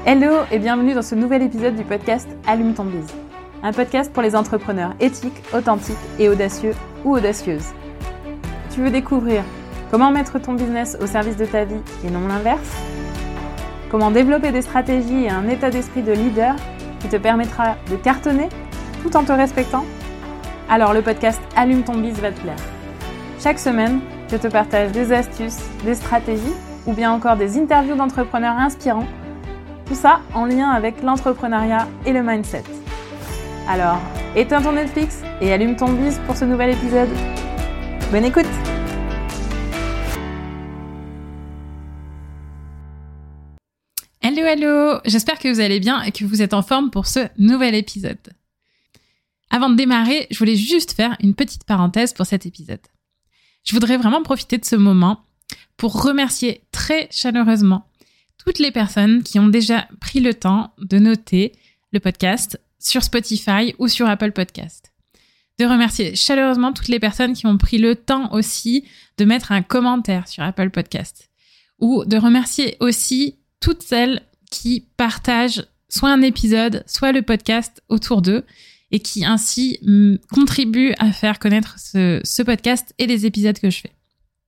Hello et bienvenue dans ce nouvel épisode du podcast Allume ton biz. Un podcast pour les entrepreneurs éthiques, authentiques et audacieux ou audacieuses. Tu veux découvrir comment mettre ton business au service de ta vie et non l'inverse? Comment développer des stratégies et un état d'esprit de leader qui te permettra de cartonner tout en te respectant? Alors le podcast Allume ton biz va te plaire. Chaque semaine, je te partage des astuces, des stratégies ou bien encore des interviews d'entrepreneurs inspirants. Tout ça en lien avec l'entrepreneuriat et le mindset. Alors, éteins ton Netflix et allume ton biz pour ce nouvel épisode. Bonne écoute! Hello, j'espère que vous allez bien et que vous êtes en forme pour ce nouvel épisode. Avant de démarrer, je voulais juste faire une petite parenthèse pour cet épisode. Je voudrais vraiment profiter de ce moment pour remercier très chaleureusement toutes les personnes qui ont déjà pris le temps de noter le podcast sur Spotify ou sur Apple Podcast. De remercier chaleureusement toutes les personnes qui ont pris le temps aussi de mettre un commentaire sur Apple Podcast. Ou de remercier aussi toutes celles qui partagent soit un épisode, soit le podcast autour d'eux et qui ainsi contribuent à faire connaître ce podcast et les épisodes que je fais.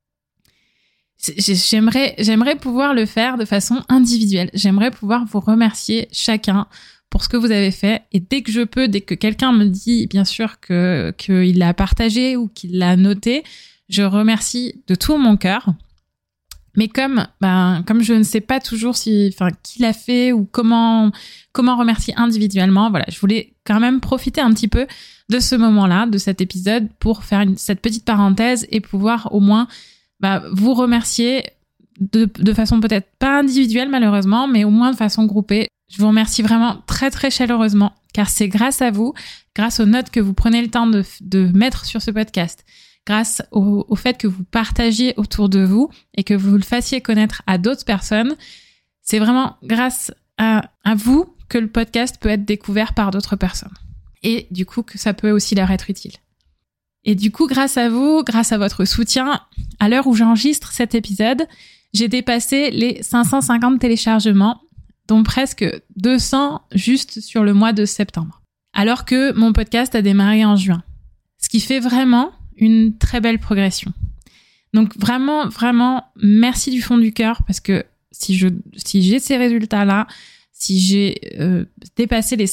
J'aimerais pouvoir le faire de façon individuelle. J'aimerais pouvoir vous remercier chacun pour ce que vous avez fait. Et dès que quelqu'un me dit, bien sûr, qu'il l'a partagé ou qu'il l'a noté, je remercie de tout mon cœur. Mais comme je ne sais pas toujours qui l'a fait ou comment remercier individuellement, voilà, je voulais quand même profiter un petit peu de ce moment-là, de cet épisode, pour faire cette petite parenthèse et pouvoir au moins vous remercier de façon peut-être pas individuelle malheureusement, mais au moins de façon groupée. Je vous remercie vraiment très très chaleureusement, car c'est grâce à vous, grâce aux notes que vous prenez le temps de mettre sur ce podcast, grâce au fait que vous partagiez autour de vous et que vous le fassiez connaître à d'autres personnes. C'est vraiment grâce à vous que le podcast peut être découvert par d'autres personnes. Et du coup, que ça peut aussi leur être utile. Et du coup, grâce à vous, grâce à votre soutien, à l'heure où j'enregistre cet épisode, j'ai dépassé les 550 téléchargements, dont presque 200 juste sur le mois de septembre. Alors que mon podcast a démarré en juin. Ce qui fait vraiment une très belle progression. Donc vraiment, vraiment, merci du fond du cœur, parce que si j'ai ces résultats-là, si j'ai dépassé les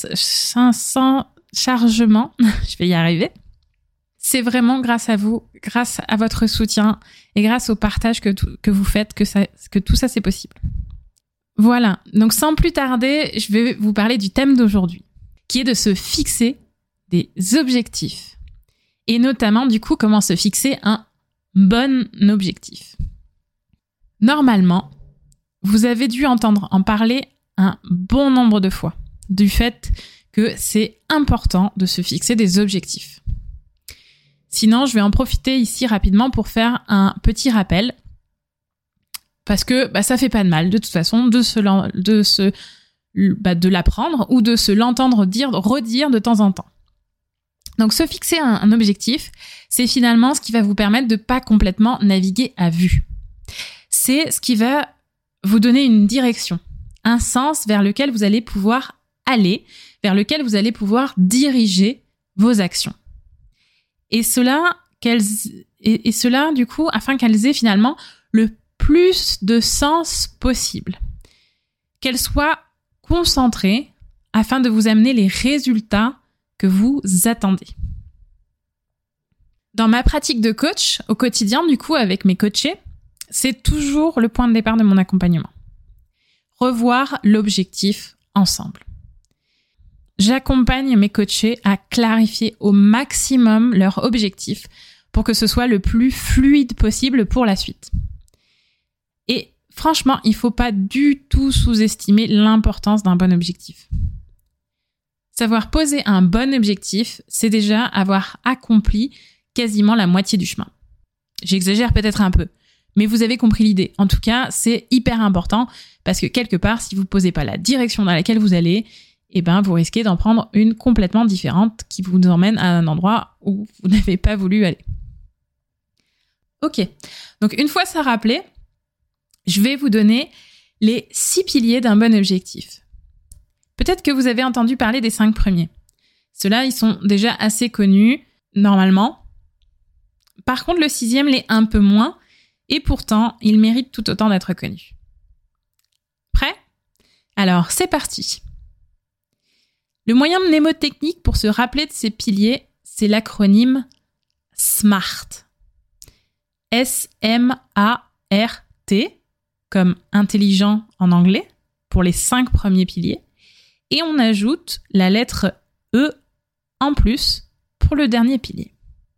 500 chargements, je vais y arriver, c'est vraiment grâce à vous, grâce à votre soutien et grâce au partage que vous faites que tout ça c'est possible. Voilà, donc sans plus tarder, je vais vous parler du thème d'aujourd'hui, qui est de se fixer des objectifs. Et notamment, du coup, comment se fixer un bon objectif. Normalement, vous avez dû entendre en parler un bon nombre de fois, du fait que c'est important de se fixer des objectifs. Sinon, je vais en profiter ici rapidement pour faire un petit rappel, parce que ça fait pas de mal de toute façon de l'apprendre ou de se l'entendre redire de temps en temps. Donc se fixer un objectif, c'est finalement ce qui va vous permettre de pas complètement naviguer à vue. C'est ce qui va vous donner une direction, un sens vers lequel vous allez pouvoir aller, vers lequel vous allez pouvoir diriger vos actions. Et cela, du coup, afin qu'elles aient finalement le plus de sens possible. Qu'elles soient concentrées afin de vous amener les résultats que vous attendez. Dans ma pratique de coach, au quotidien, du coup, avec mes coachés, c'est toujours le point de départ de mon accompagnement. Revoir l'objectif ensemble. J'accompagne mes coachés à clarifier au maximum leur objectif pour que ce soit le plus fluide possible pour la suite. Et franchement, il ne faut pas du tout sous-estimer l'importance d'un bon objectif. Savoir poser un bon objectif, c'est déjà avoir accompli quasiment la moitié du chemin. J'exagère peut-être un peu, mais vous avez compris l'idée. En tout cas, c'est hyper important parce que quelque part, si vous ne posez pas la direction dans laquelle vous allez, vous risquez d'en prendre une complètement différente qui vous emmène à un endroit où vous n'avez pas voulu aller. Ok, donc une fois ça rappelé, je vais vous donner les 6 piliers d'un bon objectif. Peut-être que vous avez entendu parler des 5 premiers. Ceux-là, ils sont déjà assez connus, normalement. Par contre, le 6e l'est un peu moins, et pourtant, il mérite tout autant d'être connu. Prêt ? Alors, c'est parti. Le moyen mnémotechnique pour se rappeler de ces piliers, c'est l'acronyme SMART. S-M-A-R-T, comme intelligent en anglais, pour les 5 premiers piliers. Et on ajoute la lettre E en plus pour le dernier pilier.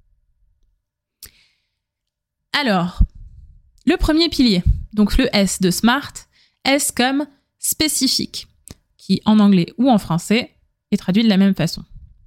Alors, le premier pilier, donc le S de SMART, S comme spécifique, qui en anglais ou en français est traduit de la même façon.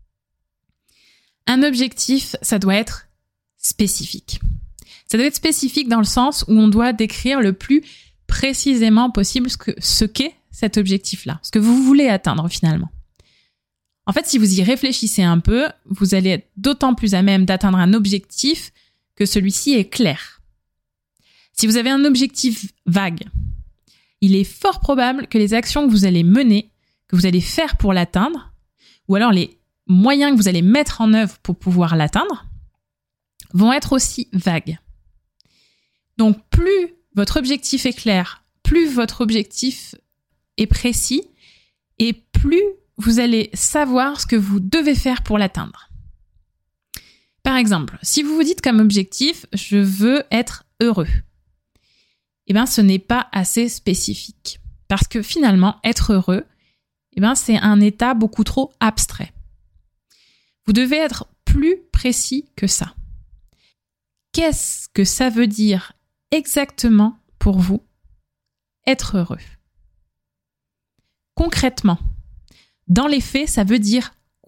Un objectif, ça doit être spécifique. Ça doit être spécifique dans le sens où on doit décrire le plus précisément possible ce qu'est cet objectif-là, ce que vous voulez atteindre finalement. En fait, si vous y réfléchissez un peu, vous allez être d'autant plus à même d'atteindre un objectif que celui-ci est clair. Si vous avez un objectif vague, il est fort probable que les actions que vous allez mener, que vous allez faire pour l'atteindre, ou alors les moyens que vous allez mettre en œuvre pour pouvoir l'atteindre, vont être aussi vagues. Donc plus votre objectif est clair, plus votre objectif est précis, et plus vous allez savoir ce que vous devez faire pour l'atteindre. Par exemple, si vous vous dites comme objectif « je veux être heureux », eh bien ce n'est pas assez spécifique. Parce que finalement, être heureux, eh bien, c'est un état beaucoup trop abstrait. Vous devez être plus précis que ça. Qu'est-ce que ça veut dire exactement pour vous, être heureux ? Concrètement, dans les faits, ça veut dire quoi ?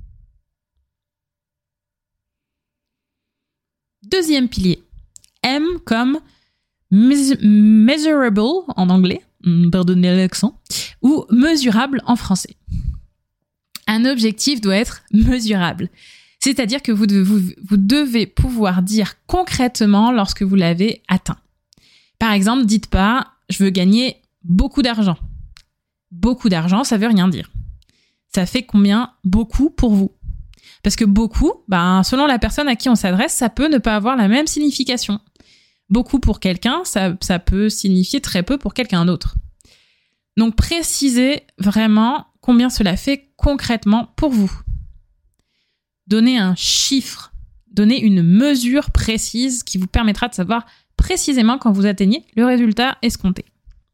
Deuxième pilier, M comme measurable en anglais, pardonnez l'accent, ou mesurable en français. Un objectif doit être mesurable. C'est-à-dire que vous devez pouvoir dire concrètement lorsque vous l'avez atteint. Par exemple, dites pas « je veux gagner beaucoup d'argent ». Beaucoup d'argent, ça veut rien dire. Ça fait combien beaucoup pour vous ? Parce que beaucoup, selon la personne à qui on s'adresse, ça peut ne pas avoir la même signification. Beaucoup pour quelqu'un, ça peut signifier très peu pour quelqu'un d'autre. Donc précisez vraiment combien cela fait concrètement pour vous. Donnez un chiffre, donnez une mesure précise qui vous permettra de savoir précisément quand vous atteignez le résultat escompté.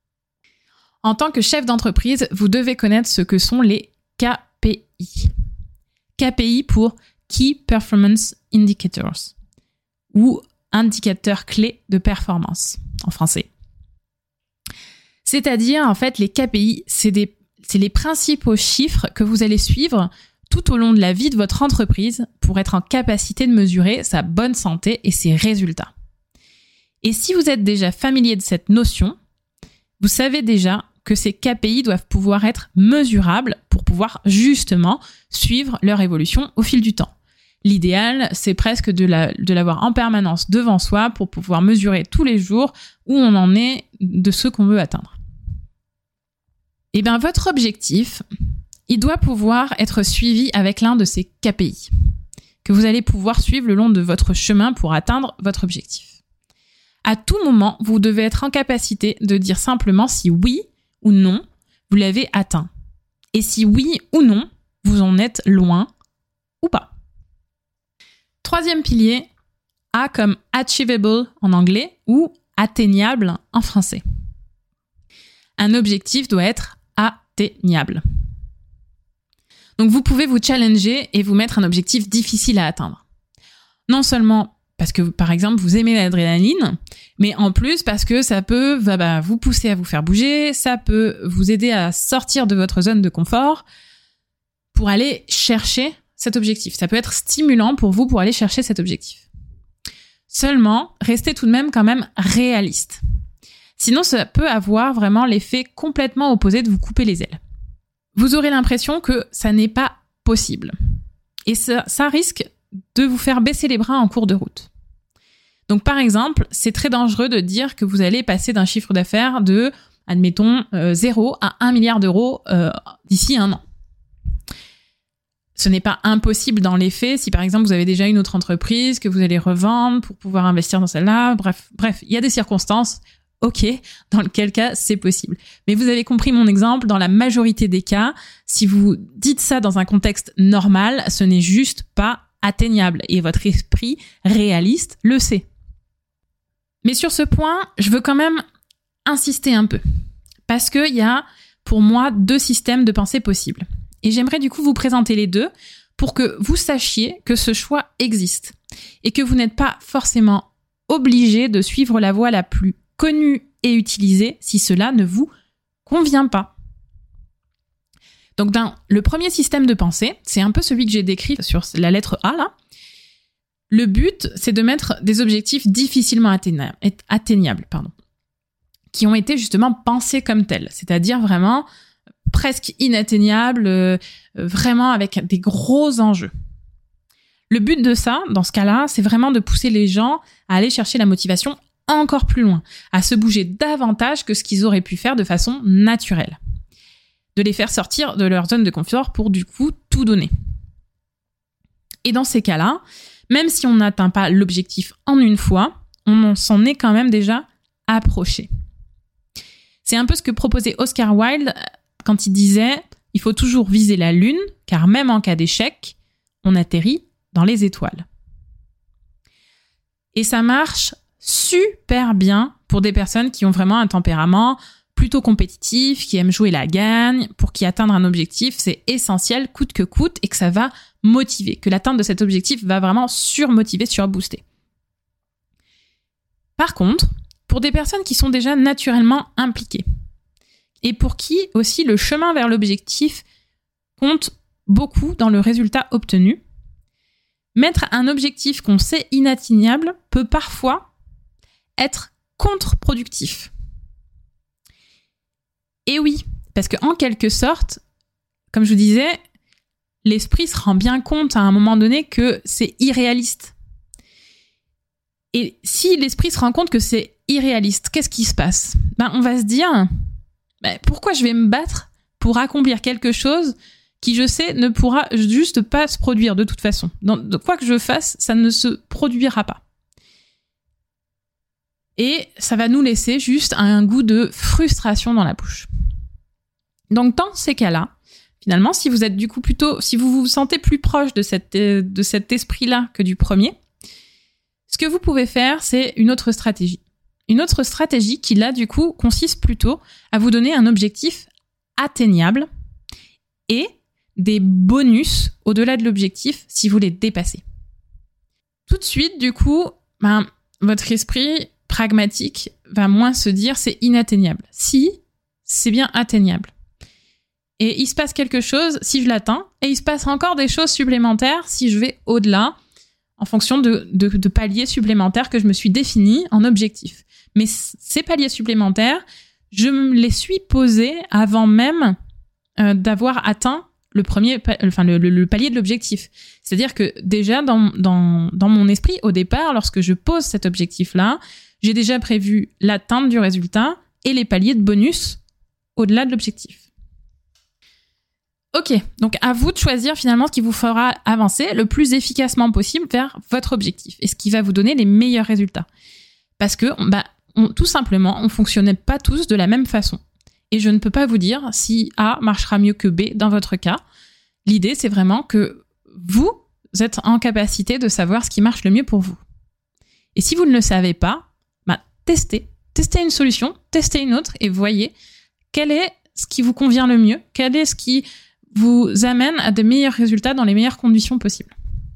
En tant que chef d'entreprise, vous devez connaître ce que sont les KPI. KPI pour Key Performance Indicators ou indicateurs clés de performance en français. C'est-à-dire, en fait, les KPI, c'est les principaux chiffres que vous allez suivre tout au long de la vie de votre entreprise pour être en capacité de mesurer sa bonne santé et ses résultats. Et si vous êtes déjà familier de cette notion, vous savez déjà que ces KPI doivent pouvoir être mesurables pour pouvoir justement suivre leur évolution au fil du temps. L'idéal, c'est presque de l'avoir en permanence devant soi pour pouvoir mesurer tous les jours où on en est de ce qu'on veut atteindre. Et bien, votre objectif, il doit pouvoir être suivi avec l'un de ces KPI que vous allez pouvoir suivre le long de votre chemin pour atteindre votre objectif. À tout moment, vous devez être en capacité de dire simplement si oui ou non vous l'avez atteint. Et si oui ou non, vous en êtes loin ou pas. Troisième pilier, A comme achievable en anglais ou atteignable en français. Un objectif doit être atteignable. Donc vous pouvez vous challenger et vous mettre un objectif difficile à atteindre. Non seulement parce que, par exemple, vous aimez l'adrénaline, mais en plus parce que ça peut vous pousser à vous faire bouger, ça peut vous aider à sortir de votre zone de confort pour aller chercher cet objectif. Ça peut être stimulant pour vous pour aller chercher cet objectif. Seulement, restez tout de même quand même réaliste. Sinon, ça peut avoir vraiment l'effet complètement opposé de vous couper les ailes. Vous aurez l'impression que ça n'est pas possible. Et ça risque de vous faire baisser les bras en cours de route. Donc par exemple, c'est très dangereux de dire que vous allez passer d'un chiffre d'affaires de admettons 0 à 1 milliard d'euros d'ici 1 an. Ce n'est pas impossible dans les faits si par exemple vous avez déjà une autre entreprise que vous allez revendre pour pouvoir investir dans celle-là. Bref, il y a des circonstances, ok, dans lequel cas c'est possible. Mais vous avez compris mon exemple, dans la majorité des cas, si vous dites ça dans un contexte normal, ce n'est juste pas atteignable et votre esprit réaliste le sait. Mais sur ce point, je veux quand même insister un peu parce qu'il y a pour moi 2 systèmes de pensée possibles. Et j'aimerais du coup vous présenter les 2 pour que vous sachiez que ce choix existe et que vous n'êtes pas forcément obligé de suivre la voie la plus connue et utilisée si cela ne vous convient pas. Donc dans le premier système de pensée, c'est un peu celui que j'ai décrit sur la lettre A là. Le but, c'est de mettre des objectifs difficilement atteignables, qui ont été justement pensés comme tels, c'est-à-dire vraiment presque inatteignables, vraiment avec des gros enjeux. Le but de ça, dans ce cas-là, c'est vraiment de pousser les gens à aller chercher la motivation encore plus loin, à se bouger davantage que ce qu'ils auraient pu faire de façon naturelle. De les faire sortir de leur zone de confort pour du coup tout donner. Et dans ces cas-là, même si on n'atteint pas l'objectif en une fois, on s'en est quand même déjà approché. C'est un peu ce que proposait Oscar Wilde quand il disait « Il faut toujours viser la lune, car même en cas d'échec, on atterrit dans les étoiles. » Et ça marche super bien pour des personnes qui ont vraiment un tempérament plutôt compétitif, qui aiment jouer la gagne, pour qui atteindre un objectif, c'est essentiel, coûte que coûte, et que ça va motiver, que l'atteinte de cet objectif va vraiment surmotiver, surbooster. Par contre, pour des personnes qui sont déjà naturellement impliquées, et pour qui aussi le chemin vers l'objectif compte beaucoup dans le résultat obtenu, mettre un objectif qu'on sait inatteignable peut parfois être contre-productif. Et oui, parce qu'en quelque sorte, comme je vous disais, l'esprit se rend bien compte à un moment donné que c'est irréaliste. Et si l'esprit se rend compte que c'est irréaliste, qu'est-ce qui se passe ? On va se dire, pourquoi je vais me battre pour accomplir quelque chose qui, je sais, ne pourra juste pas se produire de toute façon. Donc, quoi que je fasse, ça ne se produira pas. Et ça va nous laisser juste un goût de frustration dans la bouche. Donc, dans ces cas-là, finalement, si vous êtes du coup si vous vous sentez plus proche de cet esprit-là que du premier, ce que vous pouvez faire, c'est une autre stratégie. Une autre stratégie qui, là, du coup, consiste plutôt à vous donner un objectif atteignable et des bonus au-delà de l'objectif si vous les dépassez. Tout de suite, du coup, votre esprit pragmatique va moins se dire c'est inatteignable. Si, c'est bien atteignable. Et il se passe quelque chose si je l'atteins, et il se passe encore des choses supplémentaires si je vais au-delà, en fonction de paliers supplémentaires que je me suis définis en objectif. Mais ces paliers supplémentaires, je me les suis posés avant même d'avoir atteint le palier de l'objectif. C'est-à-dire que déjà, dans mon esprit, au départ, lorsque je pose cet objectif-là, j'ai déjà prévu l'atteinte du résultat et les paliers de bonus au-delà de l'objectif. Ok, donc à vous de choisir finalement ce qui vous fera avancer le plus efficacement possible vers votre objectif et ce qui va vous donner les meilleurs résultats. Parce que, tout simplement, on fonctionnait pas tous de la même façon. Et je ne peux pas vous dire si A marchera mieux que B dans votre cas. L'idée, c'est vraiment que vous êtes en capacité de savoir ce qui marche le mieux pour vous. Et si vous ne le savez pas, testez une solution, testez une autre et voyez quel est ce qui vous convient le mieux, quel est ce qui vous amène à de meilleurs résultats dans les meilleures conditions possibles.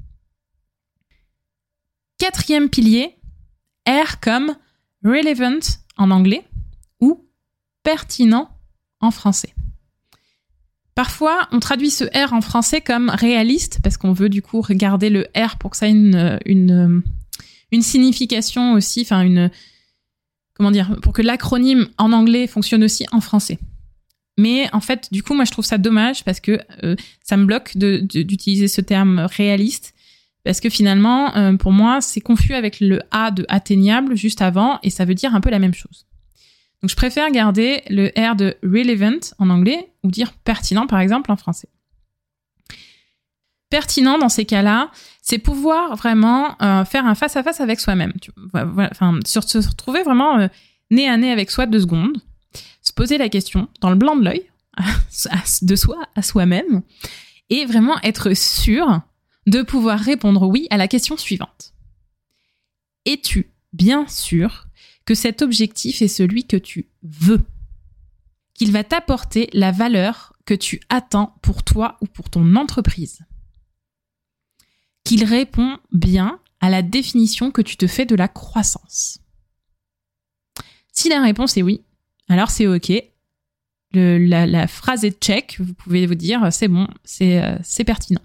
4e pilier, R comme relevant en anglais ou pertinent en français. Parfois, on traduit ce R en français comme réaliste parce qu'on veut du coup regarder le R pour que ça ait une signification aussi, pour que l'acronyme en anglais fonctionne aussi en français. Mais en fait, du coup, moi, je trouve ça dommage parce que ça me bloque d'utiliser ce terme réaliste parce que finalement, pour moi, c'est confus avec le A de atteignable juste avant et ça veut dire un peu la même chose. Donc, je préfère garder le R de relevant en anglais ou dire pertinent, par exemple, en français. Pertinent, dans ces cas-là, c'est pouvoir vraiment faire un face-à-face avec soi-même. Se retrouver vraiment nez à nez avec soi 2 secondes, se poser la question dans le blanc de l'œil, de soi à soi-même, et vraiment être sûr de pouvoir répondre oui à la question suivante. Es-tu bien sûr que cet objectif est celui que tu veux, qu'il va t'apporter la valeur que tu attends pour toi ou pour ton entreprise, qu'il répond bien à la définition que tu te fais de la croissance. Si la réponse est oui, alors c'est OK. La phrase est check, vous pouvez vous dire c'est bon, c'est pertinent.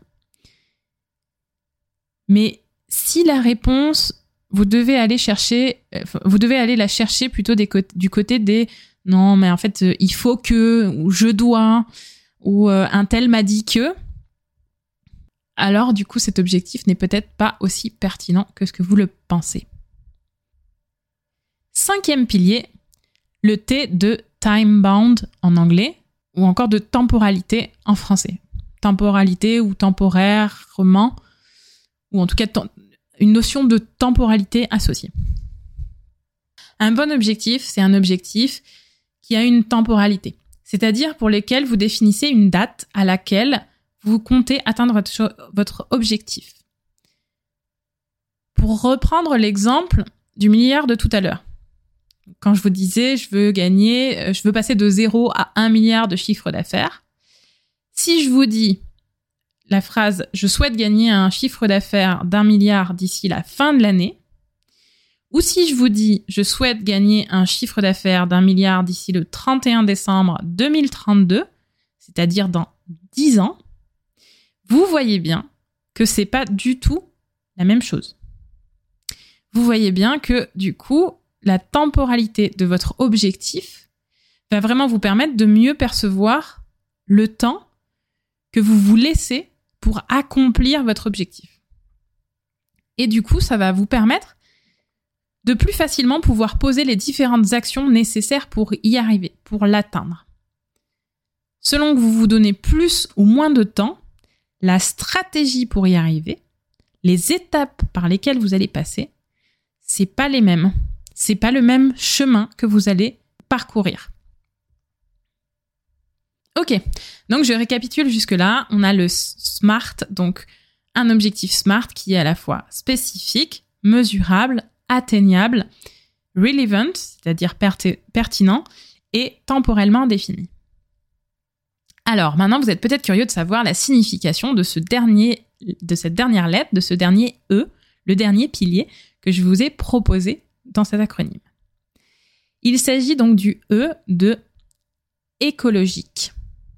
Mais si la réponse, vous devez aller la chercher plutôt du côté des non, mais en fait, il faut que, ou je dois, ou un tel m'a dit que, alors du coup, cet objectif n'est peut-être pas aussi pertinent que ce que vous le pensez. 5e pilier, le T de time-bound en anglais, ou encore de temporalité en français. Temporalité ou temporairement, ou en tout cas une notion de temporalité associée. Un bon objectif, c'est un objectif qui a une temporalité, c'est-à-dire pour lequel vous définissez une date à laquelle vous comptez atteindre votre objectif. Pour reprendre l'exemple du milliard de tout à l'heure, quand je vous disais je veux passer de 0 à 1 milliard de chiffre d'affaires, si je vous dis la phrase « je souhaite gagner un chiffre d'affaires d'1 milliard d'ici la fin de l'année », ou si je vous dis « je souhaite gagner un chiffre d'affaires d'1 milliard d'ici le 31 décembre 2032 », c'est-à-dire dans 10 ans, vous voyez bien que c'est pas du tout la même chose. Vous voyez bien que, du coup, la temporalité de votre objectif va vraiment vous permettre de mieux percevoir le temps que vous vous laissez pour accomplir votre objectif. Et du coup, ça va vous permettre de plus facilement pouvoir poser les différentes actions nécessaires pour y arriver, pour l'atteindre. Selon que vous vous donnez plus ou moins de temps, la stratégie pour y arriver, les étapes par lesquelles vous allez passer, c'est pas les mêmes. C'est pas le même chemin que vous allez parcourir. Ok, donc je récapitule jusque-là. On a le SMART, donc un objectif SMART qui est à la fois spécifique, mesurable, atteignable, relevant, c'est-à-dire pertinent, et temporellement défini. Alors, maintenant, vous êtes peut-être curieux de savoir la signification de cette dernière lettre, de ce dernier E, le dernier pilier que je vous ai proposé dans cet acronyme. Il s'agit donc du E de écologique.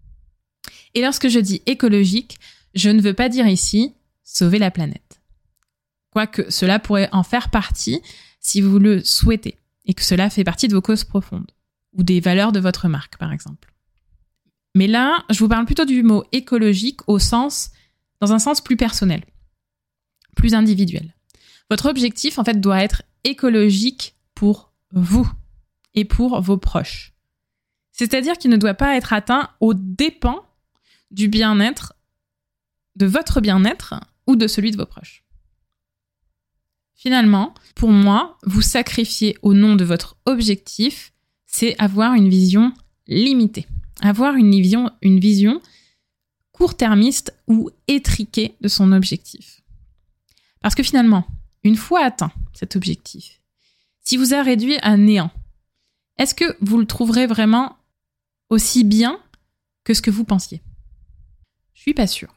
Et lorsque je dis écologique, je ne veux pas dire ici sauver la planète. Quoique cela pourrait en faire partie si vous le souhaitez et que cela fait partie de vos causes profondes ou des valeurs de votre marque, par exemple. Mais là, je vous parle plutôt du mot écologique dans un sens plus personnel, plus individuel. Votre objectif, en fait, doit être écologique pour vous et pour vos proches. C'est-à-dire qu'il ne doit pas être atteint aux dépens du bien-être, de votre bien-être ou de celui de vos proches. Finalement, pour moi, vous sacrifier au nom de votre objectif, c'est avoir une vision limitée. Avoir une vision court-termiste ou étriquée de son objectif. Parce que finalement, une fois atteint cet objectif, si vous a réduit à néant, est-ce que vous le trouverez vraiment aussi bien que ce que vous pensiez ? Je suis pas sûre.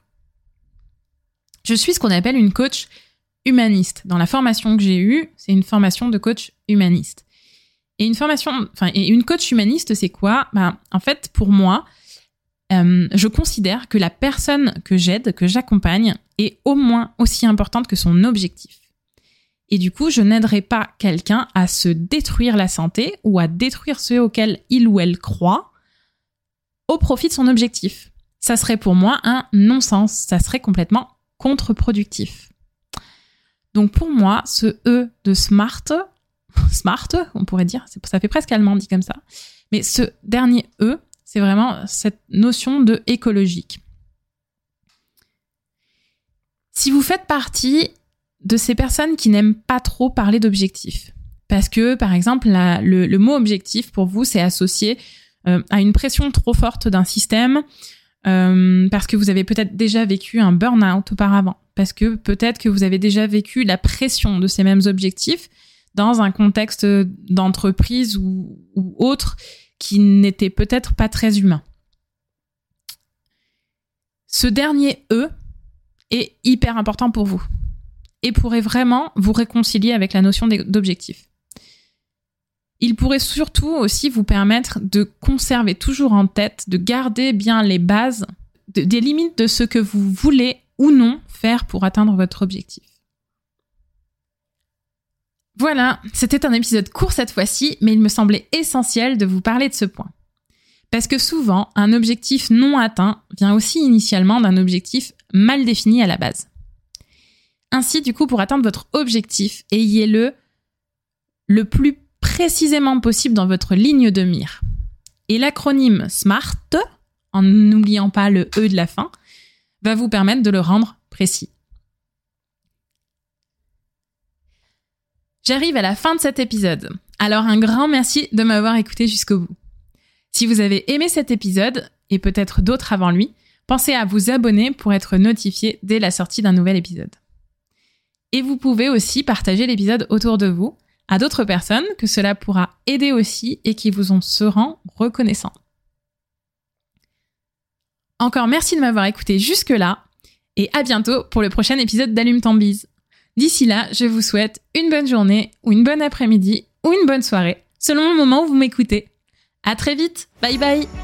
Je suis ce qu'on appelle une coach humaniste. Dans la formation que j'ai eue, c'est une formation de coach humaniste. Et une coach humaniste, c'est quoi ? En fait, pour moi, je considère que la personne que j'aide, que j'accompagne, est au moins aussi importante que son objectif. Et du coup, je n'aiderai pas quelqu'un à se détruire la santé ou à détruire ce auquel il ou elle croit au profit de son objectif. Ça serait pour moi un non-sens, ça serait complètement contre-productif. Donc pour moi, ce E de SMART, smart, on pourrait dire. Ça fait presque allemand dit comme ça. Mais ce dernier E, c'est vraiment cette notion de écologique. Si vous faites partie de ces personnes qui n'aiment pas trop parler d'objectifs, parce que, par exemple, le mot objectif, pour vous, c'est associé à une pression trop forte d'un système, parce que vous avez peut-être déjà vécu un burn-out auparavant, parce que peut-être que vous avez déjà vécu la pression de ces mêmes objectifs dans un contexte d'entreprise ou autre qui n'était peut-être pas très humain. Ce dernier E est hyper important pour vous et pourrait vraiment vous réconcilier avec la notion d'objectif. Il pourrait surtout aussi vous permettre de conserver toujours en tête, de garder bien les bases, des limites de ce que vous voulez ou non faire pour atteindre votre objectif. Voilà, c'était un épisode court cette fois-ci, mais il me semblait essentiel de vous parler de ce point. Parce que souvent, un objectif non atteint vient aussi initialement d'un objectif mal défini à la base. Ainsi, du coup, pour atteindre votre objectif, ayez-le le plus précisément possible dans votre ligne de mire. Et l'acronyme SMART, en n'oubliant pas le E de la fin, va vous permettre de le rendre précis. J'arrive à la fin de cet épisode. Alors un grand merci de m'avoir écouté jusqu'au bout. Si vous avez aimé cet épisode, et peut-être d'autres avant lui, pensez à vous abonner pour être notifié dès la sortie d'un nouvel épisode. Et vous pouvez aussi partager l'épisode autour de vous, à d'autres personnes que cela pourra aider aussi et qui vous en seront reconnaissants. Encore merci de m'avoir écouté jusque-là et à bientôt pour le prochain épisode d'Allume ton bise. D'ici là, je vous souhaite une bonne journée ou une bonne après-midi ou une bonne soirée selon le moment où vous m'écoutez. À très vite, bye bye.